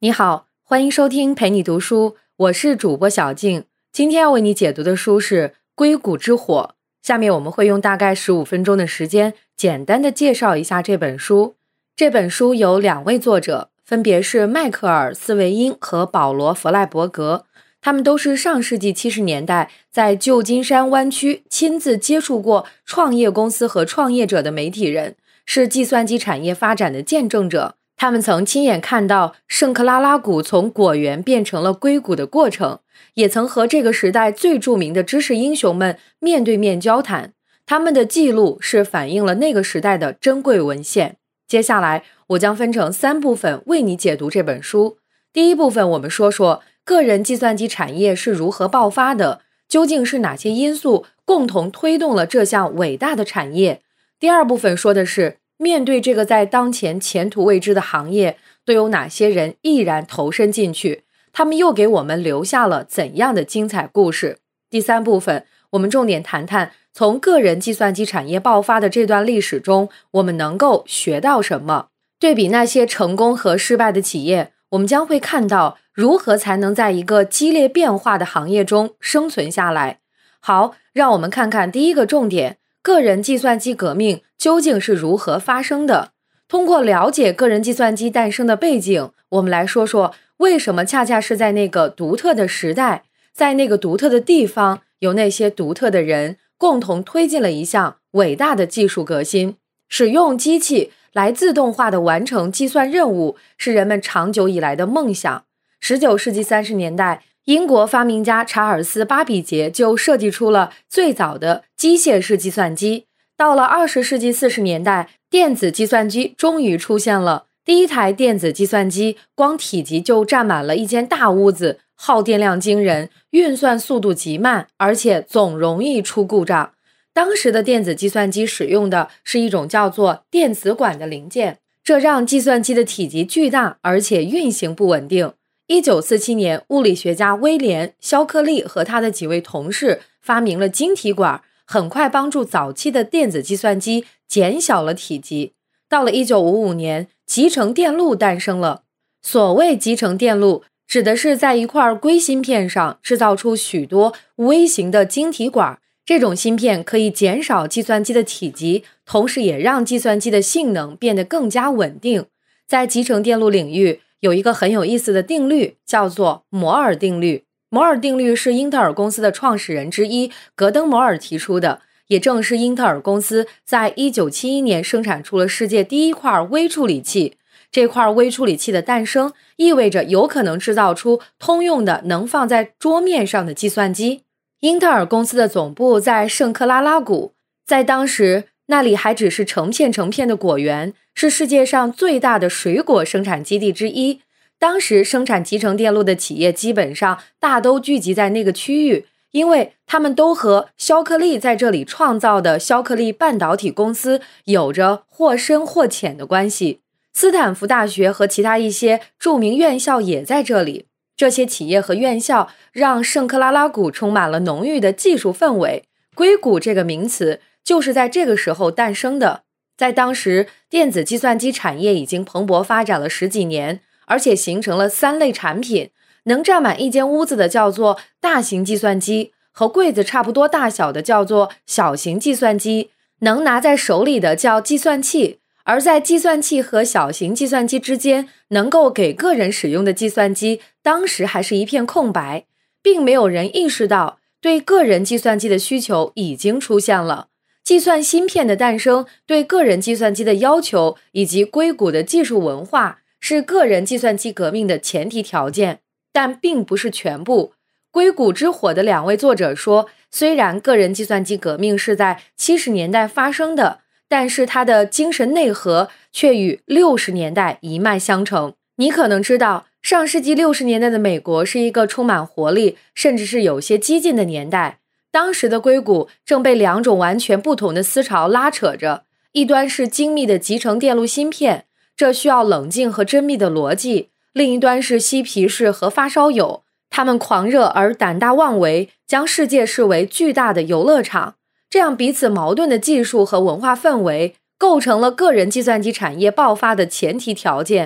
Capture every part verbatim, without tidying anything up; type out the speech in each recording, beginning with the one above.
你好，欢迎收听陪你读书，我是主播小静。今天要为你解读的书是《硅谷之火》，下面我们会用大概十五分钟的时间，简单的介绍一下这本书。这本书有两位作者，分别是迈克尔·斯维因和保罗·弗赖伯格，他们都是上世纪七十年代在旧金山湾区亲自接触过创业公司和创业者的媒体人，是计算机产业发展的见证者。他们曾亲眼看到圣克拉拉谷从果园变成了硅谷的过程，也曾和这个时代最著名的知识英雄们面对面交谈。他们的记录是反映了那个时代的珍贵文献。接下来我将分成三部分为你解读这本书。第一部分我们说说个人计算机产业是如何爆发的，究竟是哪些因素共同推动了这项伟大的产业。第二部分说的是面对这个在当前前途未知的行业，都有哪些人毅然投身进去，他们又给我们留下了怎样的精彩故事。第三部分我们重点谈谈从个人计算机产业爆发的这段历史中，我们能够学到什么。对比那些成功和失败的企业，我们将会看到如何才能在一个激烈变化的行业中生存下来。好，让我们看看第一个重点，个人计算机革命究竟是如何发生的。通过了解个人计算机诞生的背景，我们来说说为什么恰恰是在那个独特的时代，在那个独特的地方，有那些独特的人共同推进了一项伟大的技术革新。使用机器来自动化的完成计算任务是人们长久以来的梦想。十九世纪三十年代，英国发明家查尔斯·巴比杰就设计出了最早的机械式计算机。到了二十世纪四十年代，电子计算机终于出现了。第一台电子计算机光体积就占满了一间大屋子，耗电量惊人，运算速度极慢，而且总容易出故障。当时的电子计算机使用的是一种叫做电子管的零件，这让计算机的体积巨大，而且运行不稳定。一九四七年，物理学家威廉·肖克利和他的几位同事发明了晶体管，很快帮助早期的电子计算机减小了体积。到了一九五五年，集成电路诞生了。所谓集成电路，指的是在一块硅芯片上制造出许多微型的晶体管，这种芯片可以减少计算机的体积，同时也让计算机的性能变得更加稳定。在集成电路领域，有一个很有意思的定律，叫做摩尔定律。摩尔定律是英特尔公司的创始人之一格登·摩尔提出的，也正是英特尔公司在一九七一年生产出了世界第一块微处理器。这块微处理器的诞生意味着有可能制造出通用的能放在桌面上的计算机。英特尔公司的总部在圣克拉拉谷，在当时那里还只是成片成片的果园，是世界上最大的水果生产基地之一。当时生产集成电路的企业基本上大都聚集在那个区域，因为他们都和肖克利在这里创造的肖克利半导体公司有着或深或浅的关系。斯坦福大学和其他一些著名院校也在这里。这些企业和院校让圣克拉拉谷充满了浓郁的技术氛围。硅谷这个名词就是在这个时候诞生的。在当时，电子计算机产业已经蓬勃发展了十几年，而且形成了三类产品。能占满一间屋子的叫做大型计算机，和柜子差不多大小的叫做小型计算机，能拿在手里的叫计算器。而在计算器和小型计算机之间，能够给个人使用的计算机当时还是一片空白，并没有人意识到对个人计算机的需求已经出现了。计算芯片的诞生对个人计算机的要求以及硅谷的技术文化是个人计算机革命的前提条件，但并不是全部。硅谷之火的两位作者说，虽然个人计算机革命是在七十年代发生的，但是它的精神内核却与六十年代一脉相承。你可能知道，上世纪六十年代的美国是一个充满活力，甚至是有些激进的年代。当时的硅谷正被两种完全不同的思潮拉扯着，一端是精密的集成电路芯片，这需要冷静和缜密的逻辑；另一端是嬉皮士和发烧友，他们狂热而胆大妄为，将世界视为巨大的游乐场。这样彼此矛盾的技术和文化氛围构成了个人计算机产业爆发的前提条件。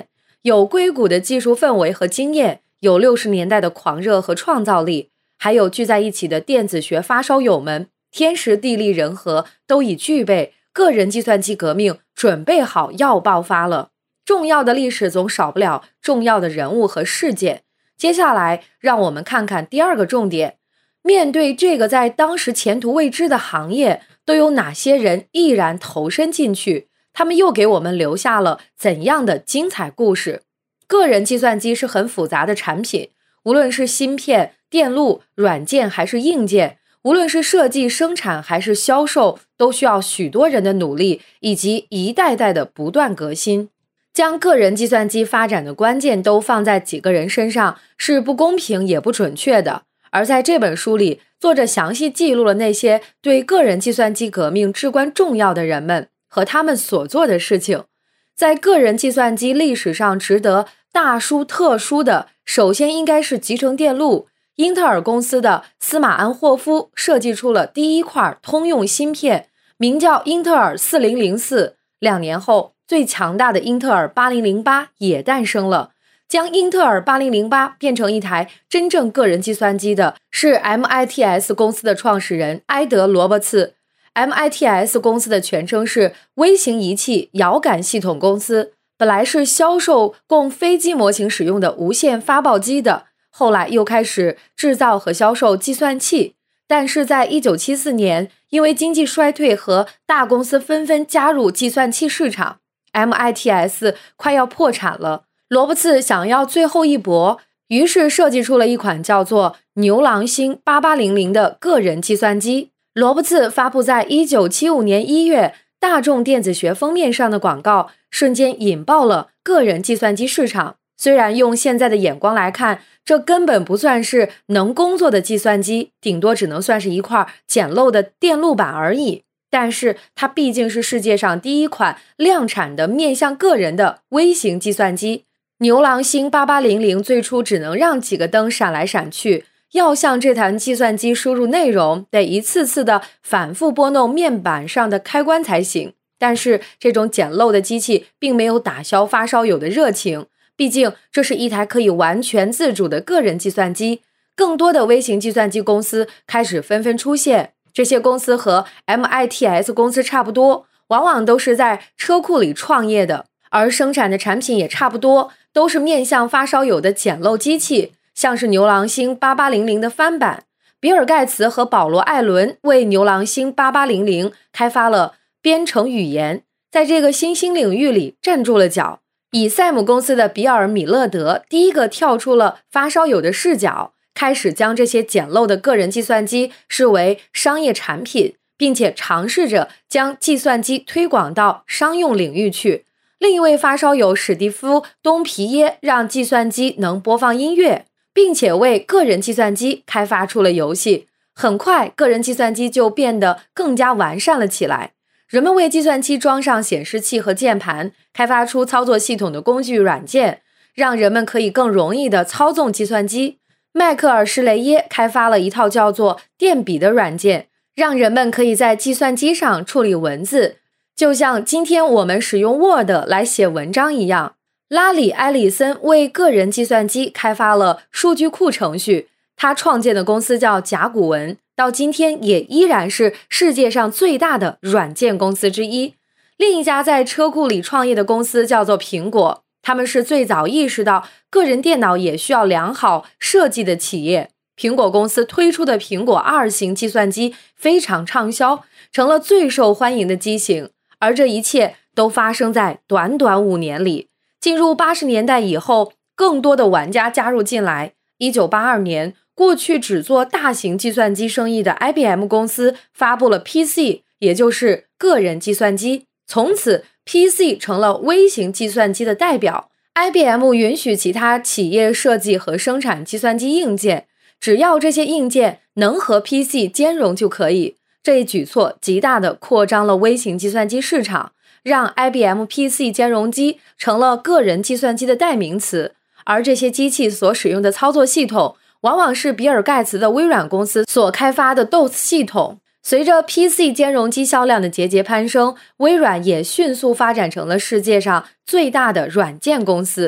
有硅谷的技术氛围和经验，有六十年代的狂热和创造力，还有聚在一起的电子学发烧友们，天时地利人和都已具备，个人计算机革命准备好要爆发了。重要的历史总少不了重要的人物和事件。接下来让我们看看第二个重点，面对这个在当时前途未知的行业，都有哪些人毅然投身进去，他们又给我们留下了怎样的精彩故事。个人计算机是很复杂的产品，无论是芯片、电路、软件还是硬件，无论是设计、生产还是销售，都需要许多人的努力以及一代代的不断革新。将个人计算机发展的关键都放在几个人身上是不公平也不准确的。而在这本书里，作者详细记录了那些对个人计算机革命至关重要的人们和他们所做的事情。在个人计算机历史上值得大书特书的，首先应该是集成电路。英特尔公司的司马安霍夫设计出了第一块通用芯片，名叫英特尔四零零四。两年后，最强大的英特尔八零零八也诞生了。将英特尔八零零八变成一台真正个人计算机的是 M I T S 公司的创始人埃德·罗伯茨。 M I T S 公司的全称是微型仪器遥感系统公司，本来是销售供飞机模型使用的无线发报机的，后来又开始制造和销售计算器。但是在一九七四年，因为经济衰退和大公司纷纷加入计算器市场， M I T S 快要破产了。罗伯茨想要最后一搏，于是设计出了一款叫做牛郎星八八零零的个人计算机。罗伯茨发布在一九七五年一月大众电子学封面上的广告，瞬间引爆了个人计算机市场。虽然用现在的眼光来看，这根本不算是能工作的计算机，顶多只能算是一块简陋的电路板而已，但是它毕竟是世界上第一款量产的面向个人的微型计算机。牛郎星八八零零最初只能让几个灯闪来闪去，要向这台计算机输入内容，得一次次的反复拨弄面板上的开关才行。但是这种简陋的机器并没有打消发烧友的热情，毕竟这是一台可以完全自主的个人计算机。更多的微型计算机公司开始纷纷出现，这些公司和 M I T S 公司差不多，往往都是在车库里创业的，而生产的产品也差不多，都是面向发烧友的简陋机器，像是牛郎星八八零零的翻版。比尔盖茨和保罗艾伦为牛郎星八八零零开发了编程语言，在这个新兴领域里站住了脚。以赛姆公司的比尔米勒德第一个跳出了发烧友的视角，开始将这些简陋的个人计算机视为商业产品，并且尝试着将计算机推广到商用领域去。另一位发烧友史蒂夫·东皮耶让计算机能播放音乐，并且为个人计算机开发出了游戏。很快，个人计算机就变得更加完善了起来。人们为计算机装上显示器和键盘，开发出操作系统的工具软件，让人们可以更容易地操纵计算机。迈克尔·施雷耶开发了一套叫做电笔的软件，让人们可以在计算机上处理文字，就像今天我们使用 Word 来写文章一样。拉里·埃里森为个人计算机开发了数据库程序，他创建的公司叫甲骨文，到今天也依然是世界上最大的软件公司之一。另一家在车库里创业的公司叫做苹果，他们是最早意识到个人电脑也需要良好设计的企业。苹果公司推出的苹果二型计算机非常畅销，成了最受欢迎的机型。而这一切都发生在短短五年里。进入八十年代以后，更多的玩家加入进来。一九八二年，过去只做大型计算机生意的 I B M 公司发布了 P C， 也就是个人计算机。从此 P C 成了微型计算机的代表。 I B M 允许其他企业设计和生产计算机硬件，只要这些硬件能和 P C 兼容就可以。这一举措极大地扩张了微型计算机市场，让 I B M P C 兼容机成了个人计算机的代名词。而这些机器所使用的操作系统往往是比尔盖茨的微软公司所开发的 D O S 系统。随着 P C 兼容机销量的节节攀升，微软也迅速发展成了世界上最大的软件公司。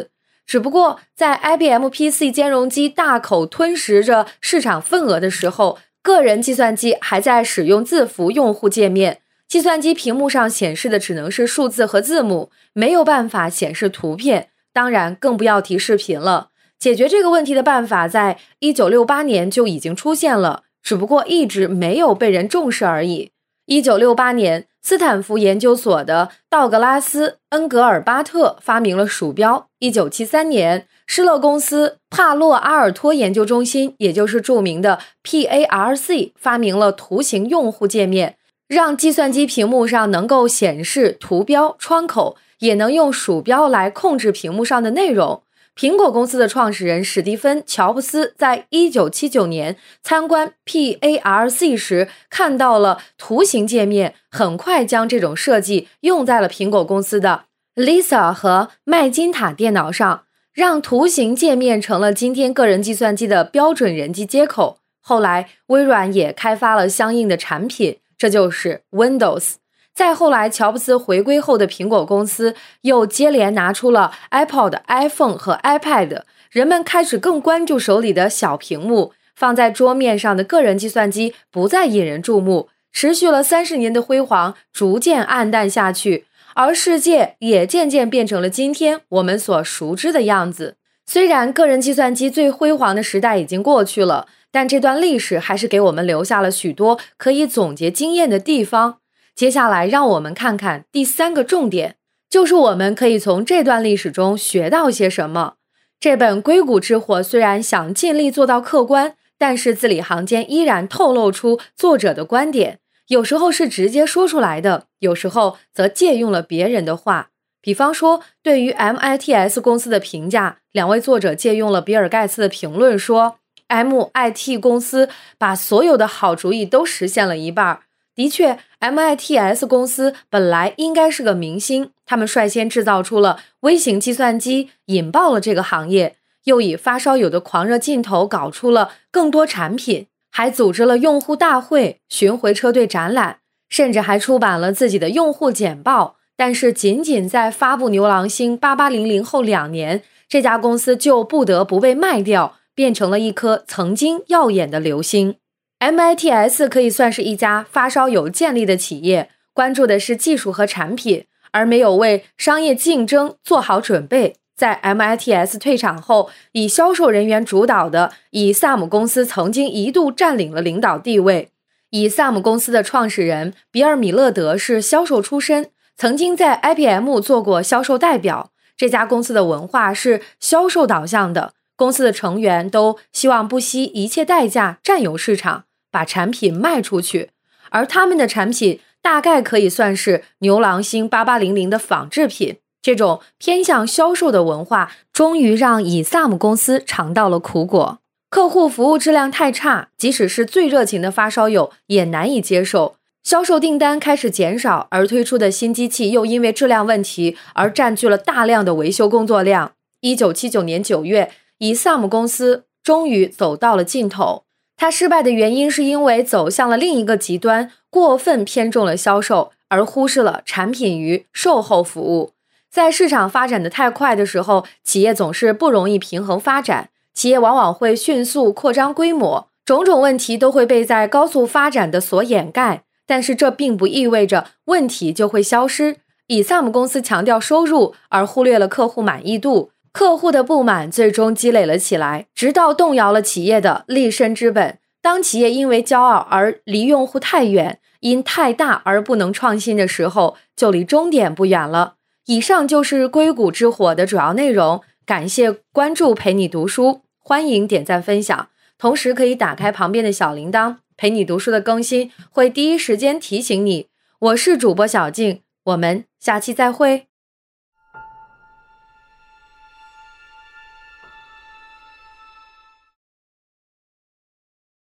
只不过在 I B M P C 兼容机大口吞食着市场份额的时候，个人计算机还在使用字符用户界面，计算机屏幕上显示的只能是数字和字母，没有办法显示图片，当然更不要提视频了。解决这个问题的办法在一九六八年就已经出现了，只不过一直没有被人重视而已。一九六八年，斯坦福研究所的道格拉斯·恩格尔巴特发明了鼠标。一九七三年，施乐公司帕洛阿尔托研究中心，也就是著名的 P A R C 发明了图形用户界面，让计算机屏幕上能够显示图标窗口，也能用鼠标来控制屏幕上的内容。苹果公司的创始人史蒂芬·乔布斯在一九七九年参观 P A R C 时看到了图形界面，很快将这种设计用在了苹果公司的 Lisa 和麦金塔电脑上，让图形界面成了今天个人计算机的标准人机接口。后来微软也开发了相应的产品，这就是 Windows。再后来，乔布斯回归后的苹果公司又接连拿出了 iPod、iPhone 和 iPad， 人们开始更关注手里的小屏幕，放在桌面上的个人计算机不再引人注目，持续了三十年的辉煌逐渐暗淡下去，而世界也渐渐变成了今天我们所熟知的样子。虽然个人计算机最辉煌的时代已经过去了，但这段历史还是给我们留下了许多可以总结经验的地方。接下来让我们看看第三个重点，就是我们可以从这段历史中学到些什么。这本《硅谷之火》虽然想尽力做到客观，但是字里行间依然透露出作者的观点，有时候是直接说出来的，有时候则借用了别人的话。比方说，对于 M I T S 公司的评价，两位作者借用了比尔盖茨的评论说， M I T 公司把所有的好主意都实现了一半。的确 M I T S 公司本来应该是个明星，他们率先制造出了微型计算机，引爆了这个行业，又以发烧友的狂热劲头搞出了更多产品，还组织了用户大会、巡回车队展览，甚至还出版了自己的用户简报。但是仅仅在发布牛郎星八八零零后两年，这家公司就不得不被卖掉，变成了一颗曾经耀眼的流星。M I T S 可以算是一家发烧友建立的企业，关注的是技术和产品，而没有为商业竞争做好准备。在 M I T S 退场后，以销售人员主导的以萨姆公司曾经一度占领了领导地位。以萨姆公司的创始人比尔·米勒德是销售出身，曾经在 I B M 做过销售代表。这家公司的文化是销售导向的，公司的成员都希望不惜一切代价占有市场，把产品卖出去，而他们的产品大概可以算是牛郎星八八零零的仿制品。这种偏向销售的文化终于让以萨姆公司尝到了苦果，客户服务质量太差，即使是最热情的发烧友也难以接受，销售订单开始减少，而推出的新机器又因为质量问题而占据了大量的维修工作量。一九七九年九月，以萨姆公司终于走到了尽头。它失败的原因是因为走向了另一个极端，过分偏重了销售，而忽视了产品与售后服务。在市场发展的太快的时候，企业总是不容易平衡发展，企业往往会迅速扩张规模，种种问题都会被在高速发展的所掩盖，但是这并不意味着问题就会消失。以萨姆公司强调收入，而忽略了客户满意度，客户的不满最终积累了起来，直到动摇了企业的立身之本。当企业因为骄傲而离用户太远，因太大而不能创新的时候，就离终点不远了。以上就是硅谷之火的主要内容，感谢关注陪你读书，欢迎点赞分享，同时可以打开旁边的小铃铛，陪你读书的更新会第一时间提醒你。我是主播小静，我们下期再会。